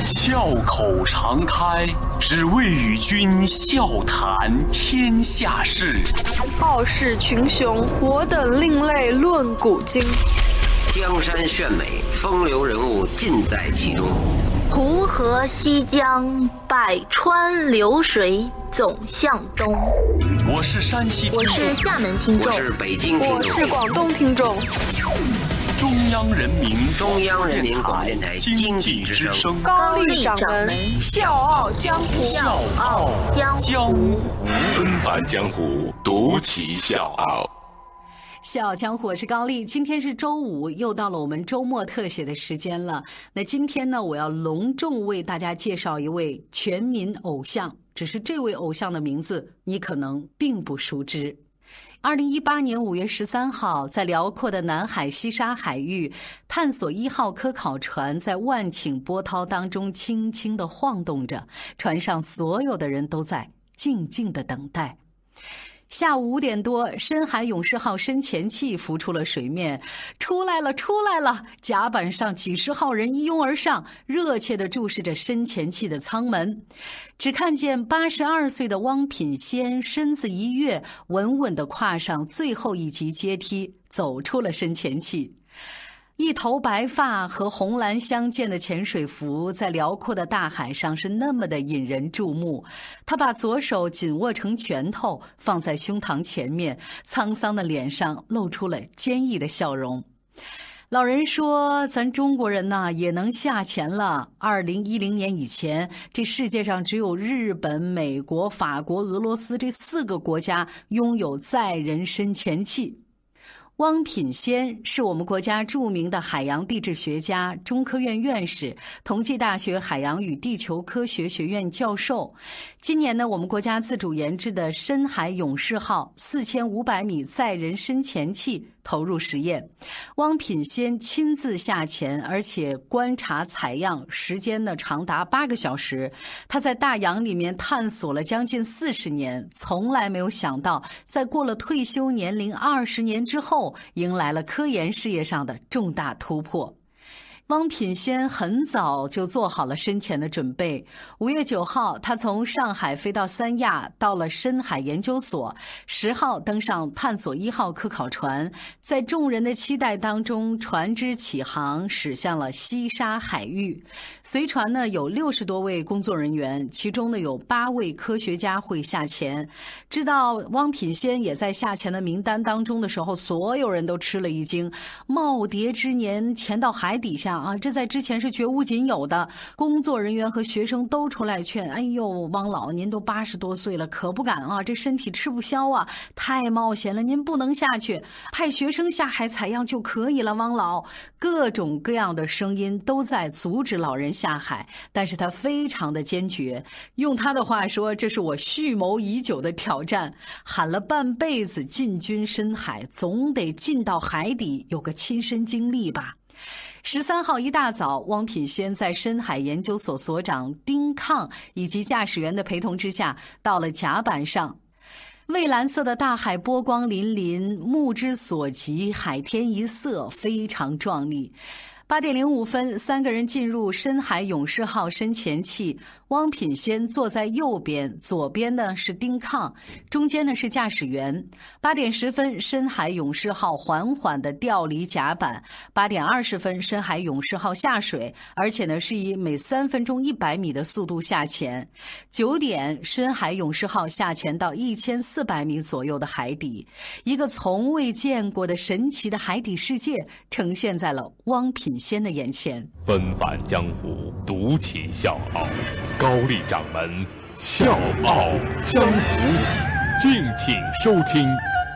笑口常开，只为与君笑谈天下事。 傲视群雄，我等另类论古今。 江山炫美，风流人物尽在其中。 湖河西江，百川流水总向东。 我是山西听众， 我是厦门听众， 我是北京听众， 我是广东听众。 中央人民广播电台经济之声， 高丽掌门笑傲江湖， 笑傲江湖， 纷繁江湖，独骑笑傲。 笑傲江湖，我是高丽。今天是周五，又到了我们周末特写的时间了。那今天呢，我要隆重为大家介绍一位全民偶像，只是这位偶像的名字你可能并不熟知。2018年5月13号，在辽阔的南海西沙海域，探索1号科考船在万顷波涛当中轻轻地晃动着，船上所有的人都在静静地等待。下午5点多，深海勇士号深潜器浮出了水面，出来了！甲板上几十号人一拥而上，热切地注视着深潜器的舱门。只看见82岁的汪品先身子一跃，稳稳地跨上最后一级阶梯，走出了深潜器。一头白发和红蓝相间的潜水服在辽阔的大海上是那么的引人注目。他把左手紧握成拳头放在胸膛前面，沧桑的脸上露出了坚毅的笑容。老人说，咱中国人呐也能下潜了。2010年以前，这世界上只有日本、美国、法国、俄罗斯这4个国家拥有载人深潜器。汪品先是我们国家著名的海洋地质学家，中科院院士，同济大学海洋与地球科学学院教授。今年呢，我们国家自主研制的深海勇士号4500米载人深潜器投入实验，汪品先亲自下潜，而且观察采样时间呢长达8个小时。他在大洋里面探索了将近40年，从来没有想到，在过了退休年龄20年之后，迎来了科研事业上的重大突破。汪品先很早就做好了深潜的准备。5月9号，他从上海飞到三亚，到了深海研究所。10号登上探索1号科考船，在众人的期待当中，船只起航，驶向了西沙海域。随船呢有60多位工作人员，其中呢有8位科学家会下潜。知道汪品先也在下潜的名单当中的时候，所有人都吃了一惊。耄耋之年潜到海底下啊，这在之前是绝无仅有的。工作人员和学生都出来劝，哎呦，汪老您都80多岁了，可不敢啊，这身体吃不消啊，太冒险了，您不能下去，派学生下海采样就可以了，汪老。各种各样的声音都在阻止老人下海，但是他非常的坚决，用他的话说，这是我蓄谋已久的挑战，喊了半辈子进军深海，总得进到海底有个亲身经历吧。13号一大早，汪品先在深海研究所所长丁抗以及驾驶员的陪同之下，到了甲板上。蔚蓝色的大海波光粼粼，目之所及，海天一色，非常壮丽。8点05分，3个人进入深海勇士号深潜器。汪品先坐在右边，左边呢是丁抗，中间呢是驾驶员。8点10分，深海勇士号缓缓地调离甲板。8点20分，深海勇士号下水，而且呢是以每3分钟100米的速度下潜。9点，深海勇士号下潜到1400米左右的海底，一个从未见过的神奇的海底世界呈现在了汪品先的眼前。 纷繁江湖，独骑笑傲。高丽掌门笑傲江湖，敬请收听。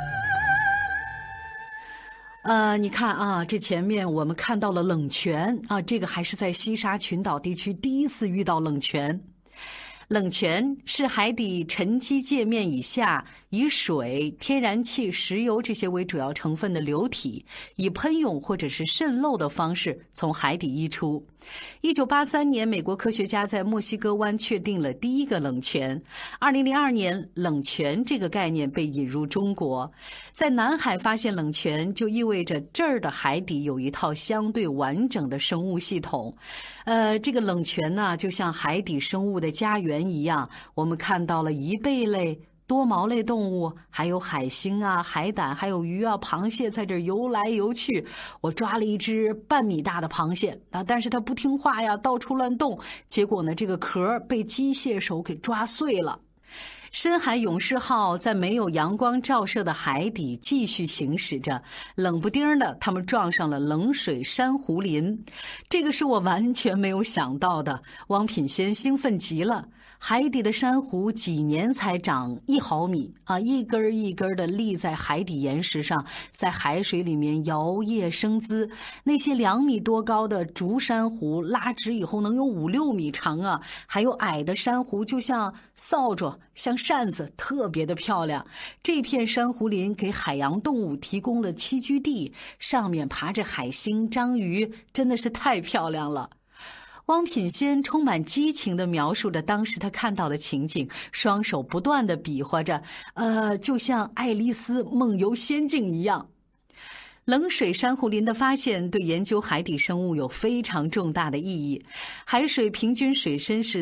你看啊，这前面我们看到了冷泉啊，这个还是在西沙群岛地区第一次遇到冷泉。 冷泉是海底沉积界面以下以水、天然气、石油这些为主要成分的流体，以喷涌或者是渗漏的方式从海底溢出。1983年，美国科学家在墨西哥湾确定了第一个冷泉。2002年，冷泉这个概念被引入中国。在南海发现冷泉，就意味着这儿的海底有一套相对完整的生物系统。这个冷泉呢，就像海底生物的家园一样，我们看到了贻贝类、多毛类动物，还有海星啊、海胆，还有鱼啊、螃蟹在这儿游来游去。我抓了一只半米大的螃蟹啊，但是它不听话呀，到处乱动，结果呢，这个壳被机械手给抓碎了。深海勇士号在没有阳光照射的海底继续行驶着，冷不丁的，他们撞上了冷水珊瑚林。这个是我完全没有想到的，汪品先兴奋极了。海底的珊瑚几年才长1毫米啊，一根一根的立在海底岩石上，在海水里面摇曳生姿。那些2米多高的竹珊瑚拉直以后能有5、6米长啊，还有矮的珊瑚就像扫帚、像扇子，特别的漂亮。这片珊瑚林给海洋动物提供了栖居地，上面爬着海星、章鱼，真的是太漂亮了。汪品先充满激情地描述着当时他看到的情景，双手不断地比划着，就像爱丽丝梦游仙境一样。冷水珊瑚林的发现对研究海底生物有非常重大的意义。海水平均水深是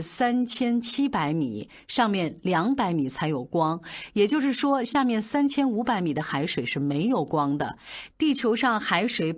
3700米，上面200米才有光，也就是说，下面3500米的海水是没有光的。地球上海水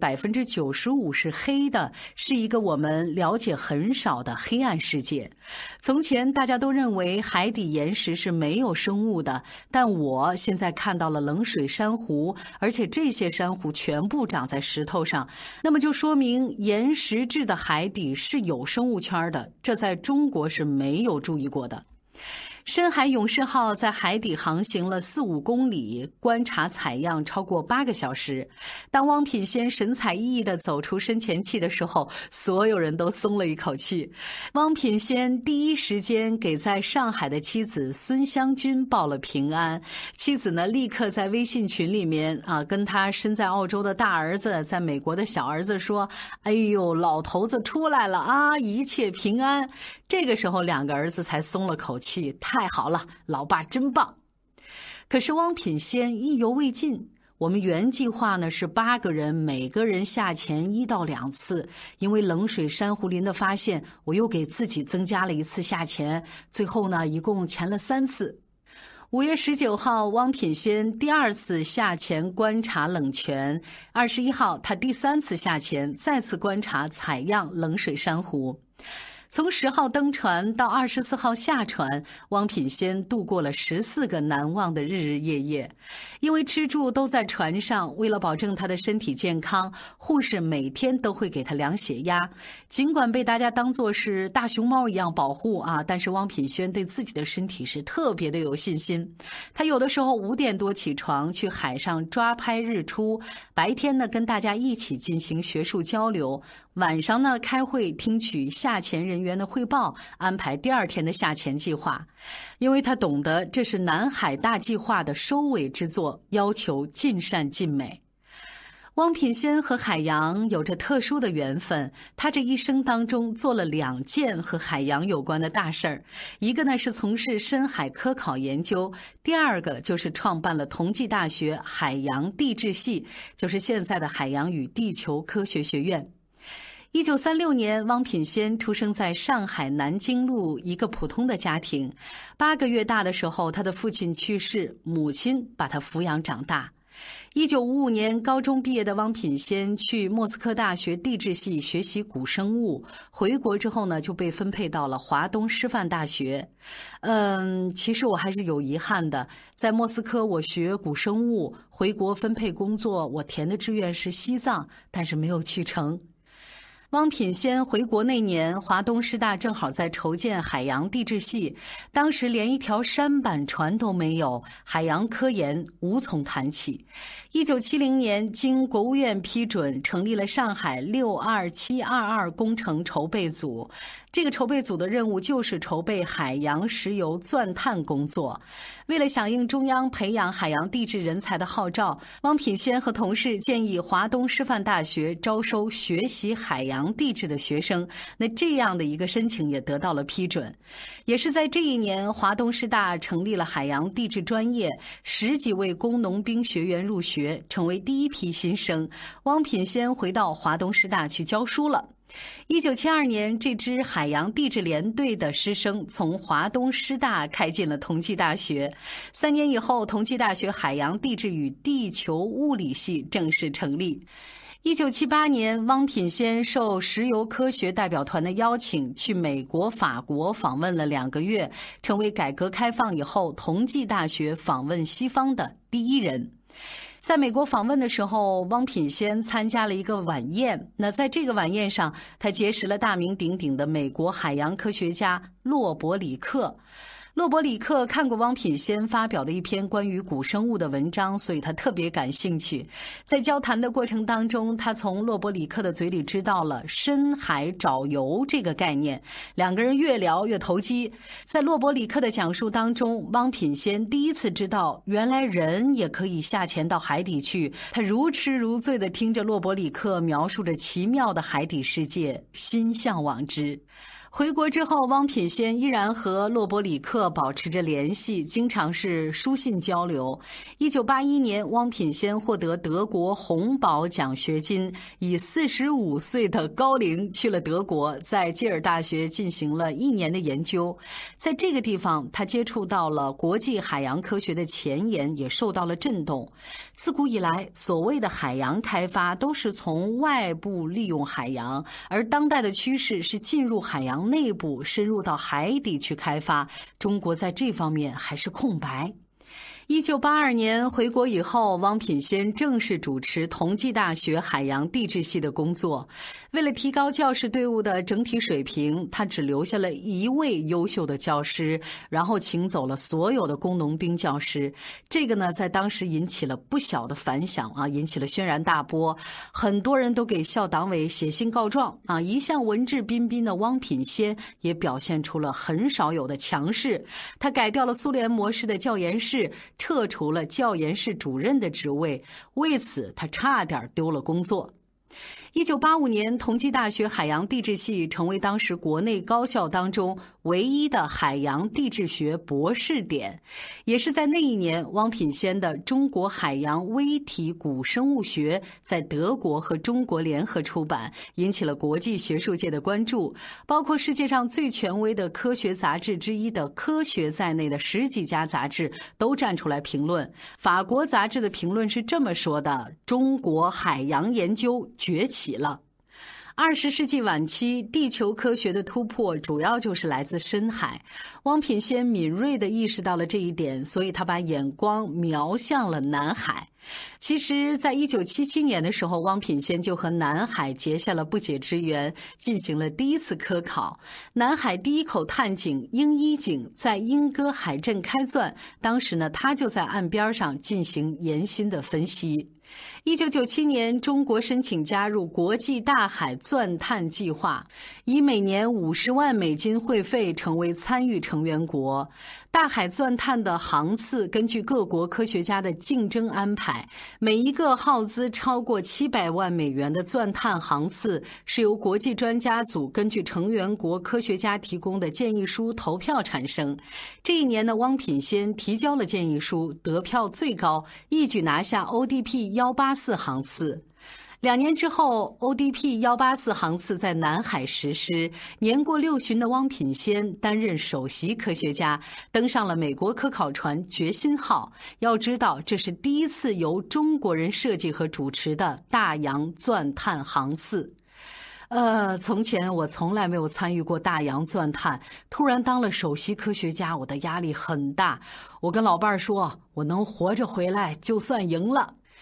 95%是黑的，是一个我们了解很少的黑暗世界。从前大家都认为海底岩石是没有生物的，但我现在看到了冷水珊瑚，而且这些珊瑚全部长在石头上，那么就说明岩石质的海底是有生物圈的，这在中国是没有注意过的。深海勇士号在海底航行了4、5公里，观察采样超过8个小时。当汪品先神采奕奕地走出深潜器的时候，所有人都松了一口气。汪品先第一时间给在上海的妻子孙湘君报了平安。妻子呢，立刻在微信群里面跟他身在澳洲的大儿子、在美国的小儿子说：“哎呦，老头子出来了啊，一切平安。”这个时候2个儿子才松了口气，太好了，老爸真棒。可是汪品先意犹未尽，我们原计划呢是8个人，每个人下潜1到2次。因为冷水珊瑚林的发现，我又给自己增加了1次下潜，最后呢一共潜了3次。5月19号，汪品先第2次下潜观察冷泉，21号他第3次下潜，再次观察采样冷水珊瑚。从10号登船到24号下船，汪品先度过了14个难忘的日日夜夜。因为吃住都在船上，为了保证他的身体健康，护士每天都会给他量血压。尽管被大家当作是大熊猫一样保护但是汪品先对自己的身体是特别的有信心。他有的时候5点多起床去海上抓拍日出，白天呢跟大家一起进行学术交流，晚上呢开会听取下潜人员的汇报，安排第2天的下潜计划。因为他懂得这是南海大计划的收尾之作，要求尽善尽美。汪品先和海洋有着特殊的缘分，他这一生当中做了2件和海洋有关的大事儿，一个呢是从事深海科考研究，第2个就是创办了同济大学海洋地质系，就是现在的海洋与地球科学学院。1936年，汪品先出生在上海南京路一个普通的家庭。8个月大的时候，他的父亲去世，母亲把他抚养长大。1955年高中毕业的汪品先去莫斯科大学地质系学习古生物，回国之后呢，就被分配到了华东师范大学。其实我还是有遗憾的，在莫斯科我学古生物，回国分配工作，我填的志愿是西藏，但是没有去成。 汪品先回国那年，华东师大正好在筹建海洋地质系，当时连一条舢板船都没有，海洋科研无从谈起。1970年，经国务院批准，成立了上海62722工程筹备组。这个筹备组的任务就是筹备海洋石油钻探工作。为了响应中央培养海洋地质人才的号召，汪品先和同事建议华东师范大学招收学习海洋地质的学生。那这样的一个申请也得到了批准。也是在这一年，华东师大成立了海洋地质专业，10几位工农兵学员入学，成为第一批新生。汪品先回到华东师大去教书了。1972年，这支海洋地质联队的师生从华东师大开进了同济大学。3年以后，同济大学海洋地质与地球物理系正式成立。1978年，汪品先受石油科学代表团的邀请，去美国、法国访问了2个月，成为改革开放以后同济大学访问西方的第一人。在美国访问的时候，汪品先参加了一个晚宴。那在这个晚宴上，他结识了大名鼎鼎的美国海洋科学家洛伯里克。洛伯里克看过汪品先发表的一篇关于古生物的文章，所以他特别感兴趣。在交谈的过程当中，他从洛伯里克的嘴里知道了深海找油这个概念，两个人越聊越投机。在洛伯里克的讲述当中，汪品先第一次知道原来人也可以下潜到海底去，他如痴如醉地听着洛伯里克描述着奇妙的海底世界，心向往之。回国之后，汪品先依然和洛伯里克保持着联系，经常是书信交流。1981年，汪品先获得德国洪堡奖学金，以45岁的高龄去了德国，在基尔大学进行了1年的研究。在这个地方，他接触到了国际海洋科学的前沿，也受到了震动。自古以来，所谓的海洋开发都是从外部利用海洋，而当代的趋势是进入海洋内部，深入到海底去开发。中国在这方面还是空白。1982年回国以后，汪品先正式主持同济大学海洋地质系的工作。为了提高教师队伍的整体水平，他只留下了1位优秀的教师，然后请走了所有的工农兵教师。这个呢，在当时引起了不小的反响啊，引起了轩然大波。很多人都给校党委写信告状啊。一向文质彬彬的汪品先也表现出了很少有的强势。他改掉了苏联模式的教研室，撤除了教研室主任的职位，为此他差点丢了工作。1985年，同济大学海洋地质系成为当时国内高校当中唯一的海洋地质学博士点。也是在那一年，汪品先的《中国海洋微体古生物学》在德国和中国联合出版，引起了国际学术界的关注。包括世界上最权威的科学杂志之一的《科学》在内的10几家杂志都站出来评论。法国杂志的评论是这么说的：中国海洋研究崛起了。20世纪晚期，地球科学的突破主要就是来自深海。汪品先敏锐地意识到了这一点，所以他把眼光瞄向了南海。其实在1977年的时候，汪品先就和南海结下了不解之缘，进行了第一次科考。南海第一口探井鹰一井在莺歌海镇开钻，当时呢，他就在岸边上进行严心的分析。1997年，中国申请加入国际大海钻探计划，以每年50万美金会费成为参与成员国。大海钻探的航次根据各国科学家的竞争安排，每一个耗资超过700万美元的钻探航次是由国际专家组根据成员国科学家提供的建议书投票产生。这一年呢，汪品先提交了建议书，得票最高，一举拿下 ODP-184航次。2年之后 ，ODP-184航次在南海实施。年过60旬的汪品先担任首席科学家，登上了美国科考船“决心号”。要知道，这是第一次由中国人设计和主持的大洋钻探航次。从前我从来没有参与过大洋钻探，突然当了首席科学家，我的压力很大。我跟老伴儿说，我能活着回来就算赢了。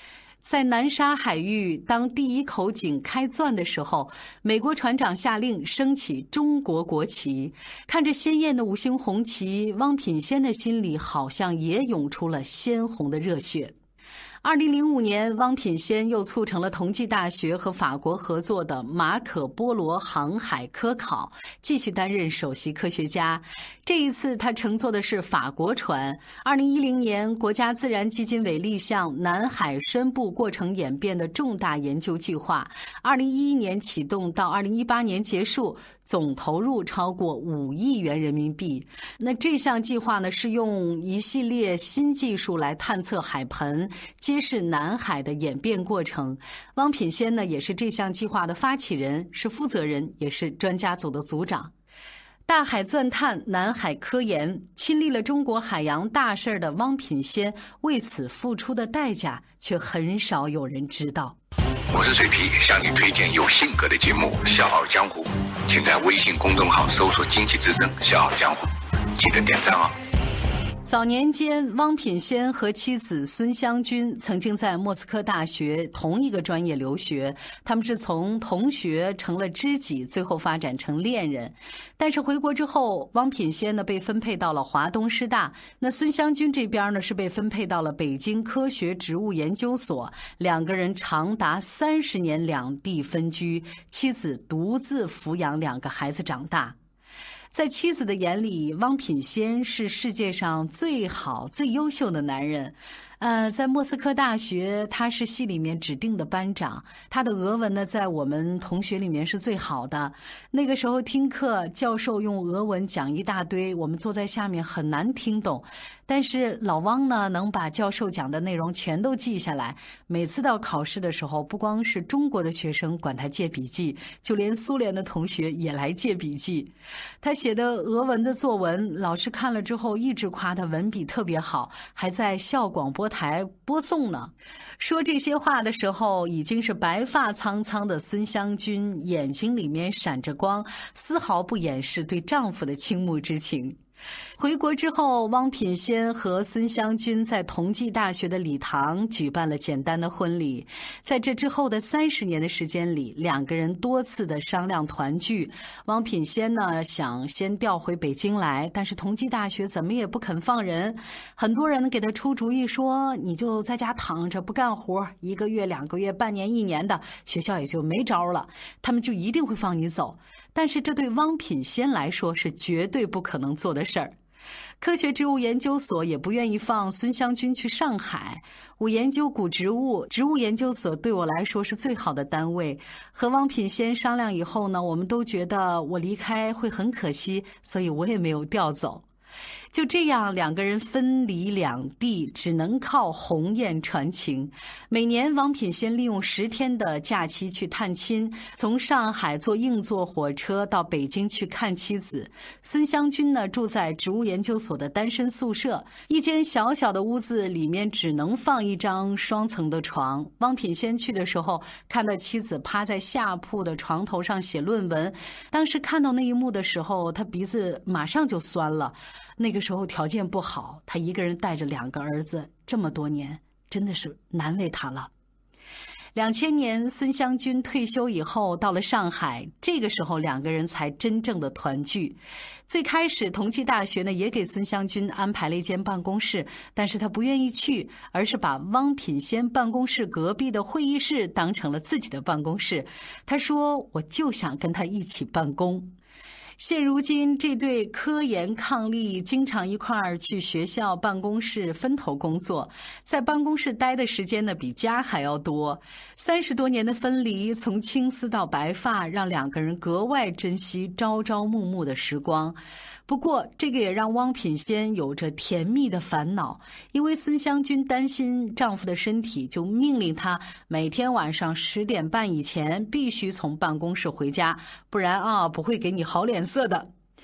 在南沙海域，当第一口井开钻的时候，美国船长下令升起中国国旗。看着鲜艳的五星红旗，汪品先的心里好像也涌出了鲜红的热血。2005年，汪品先又促成了同济大学和法国合作的马可波罗航海科考，继续担任首席科学家。这一次他乘坐的是法国船。2010年，国家自然基金委立项南海深部过程演变的重大研究计划，2011年启动到2018年结束，总投入超过5亿元人民币。那这项计划呢，是用一系列新技术来探测海盆，揭示南海的演变过程。汪品先呢，也是这项计划的发起人，是负责人，也是专家组的组长。大海钻探、南海科研，亲历了中国海洋大事的汪品先为此付出的代价，却很少有人知道。 我是水皮，向你推荐有性格的节目《笑傲江湖》，请在微信公众号搜索“经济之声笑傲江湖”，记得点赞哦。 早年间，汪品先和妻子孙湘君曾经在莫斯科大学同一个专业留学，他们是从同学成了知己，最后发展成恋人。但是回国之后，汪品先呢被分配到了华东师大，那孙湘君这边呢是被分配到了北京科学植物研究所，两个人长达30年两地分居，妻子独自抚养2个孩子长大。在妻子的眼里，汪品先是世界上最好、最优秀的男人。在莫斯科大学，他是系里面指定的班长，他的俄文呢，在我们同学里面是最好的。那个时候听课，教授用俄文讲一大堆，我们坐在下面很难听懂。但是老汪呢，能把教授讲的内容全都记下来。每次到考试的时候，不光是中国的学生管他借笔记，就连苏联的同学也来借笔记。他写的俄文的作文，老师看了之后一直夸他文笔特别好，还在校广播台播送呢。说这些话的时候，已经是白发苍苍的孙湘君眼睛里面闪着光，丝毫不掩饰对丈夫的倾慕之情。回国之后，汪品先和孙湘君在同济大学的礼堂举办了简单的婚礼。在这之后的30年的时间里，两个人多次的商量团聚。汪品先呢想先调回北京来，但是同济大学怎么也不肯放人。很多人给他出主意说，你就在家躺着不干活，1个月、2个月、半年、1年的，学校也就没招了，他们就一定会放你走。但是这对汪品先来说是绝对不可能做的事儿。科学植物研究所也不愿意放孙湘君去上海。我研究古植物，植物研究所对我来说是最好的单位。和汪品先商量以后呢，我们都觉得我离开会很可惜，所以我也没有调走。就这样，两个人分离两地，只能靠鸿雁传情。每年，汪品先利用10天的假期去探亲，从上海坐硬座火车到北京去看妻子。孙湘君呢，住在植物研究所的单身宿舍，一间小小的屋子里面只能放1张双层的床。汪品先去的时候，看到妻子趴在下铺的床头上写论文，当时看到那一幕的时候，他鼻子马上就酸了。那个时候条件不好，他一个人带着2个儿子，这么多年，真的是难为他了。2000年，孙湘君退休以后到了上海，这个时候2个人才真正的团聚。最开始，同济大学呢也给孙湘君安排了一间办公室，但是他不愿意去，而是把汪品先办公室隔壁的会议室当成了自己的办公室。他说：“我就想跟他一起办公。”现如今，这对科研伉俪经常一块儿去学校办公室分头工作，在办公室待的时间呢比家还要多。30多年的分离，从青丝到白发，让2个人格外珍惜朝朝暮暮的时光。不过，这个也让汪品先有着甜蜜的烦恼，因为孙湘君担心丈夫的身体，就命令他每天晚上10点半以前必须从办公室回家，不然不会给你好脸色的。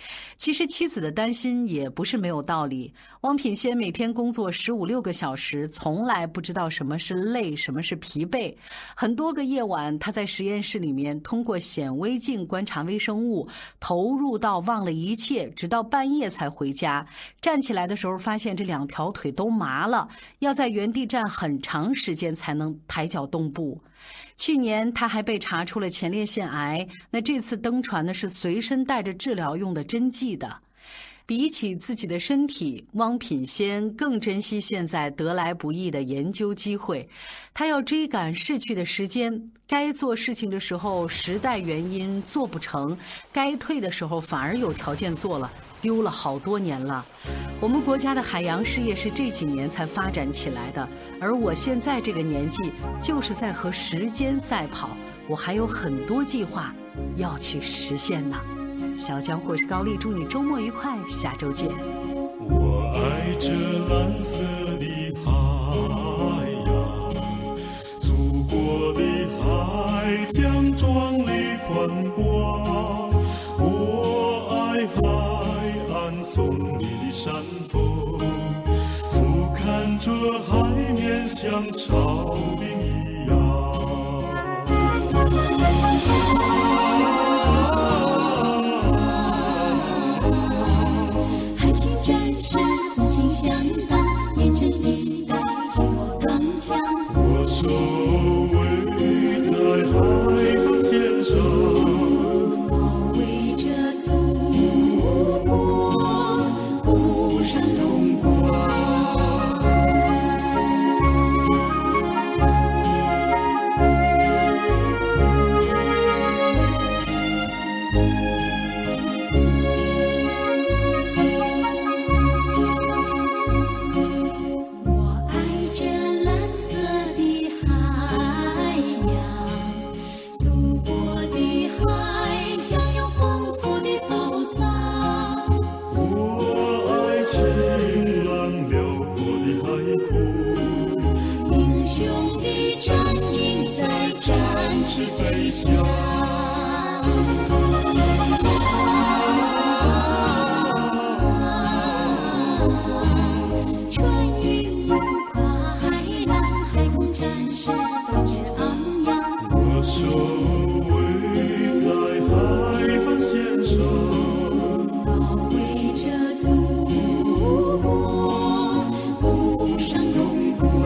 其实妻子的担心也不是没有道理。汪品仙每天工作15、16个小时，从来不知道什么是累，什么是疲惫。很多个夜晚，他在实验室里面通过显微镜观察微生物，投入到忘了一切，直到半夜才回家。站起来的时候，发现这2条腿都麻了，要在原地站很长时间才能抬脚动步。去年他还被查出了前列腺癌，那这次登船呢是随身带着治疗用的针剂的。比起自己的身体，汪品仙更珍惜现在得来不易的研究机会。他要追赶逝去的时间，该做事情的时候时代原因做不成，该退的时候反而有条件做了，丢了好多年了。我们国家的海洋事业是这几年才发展起来的，而我现在这个年纪就是在和时间赛跑，我还有很多计划要去实现呢。小江湖是高丽，祝你周末愉快，下周见。 我爱这蓝色的海洋，祖国的海疆壮丽宽广。我爱海岸耸立的山峰，俯瞰着海面像潮冰一样。我守卫在海防线上，保卫着祖国，不闪荣光。飞翔，穿云雾，跨海浪，海空战士，斗志昂扬。我守卫在海防线上，保卫着祖国，不闪荣光。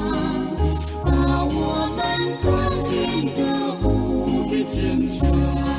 坚强。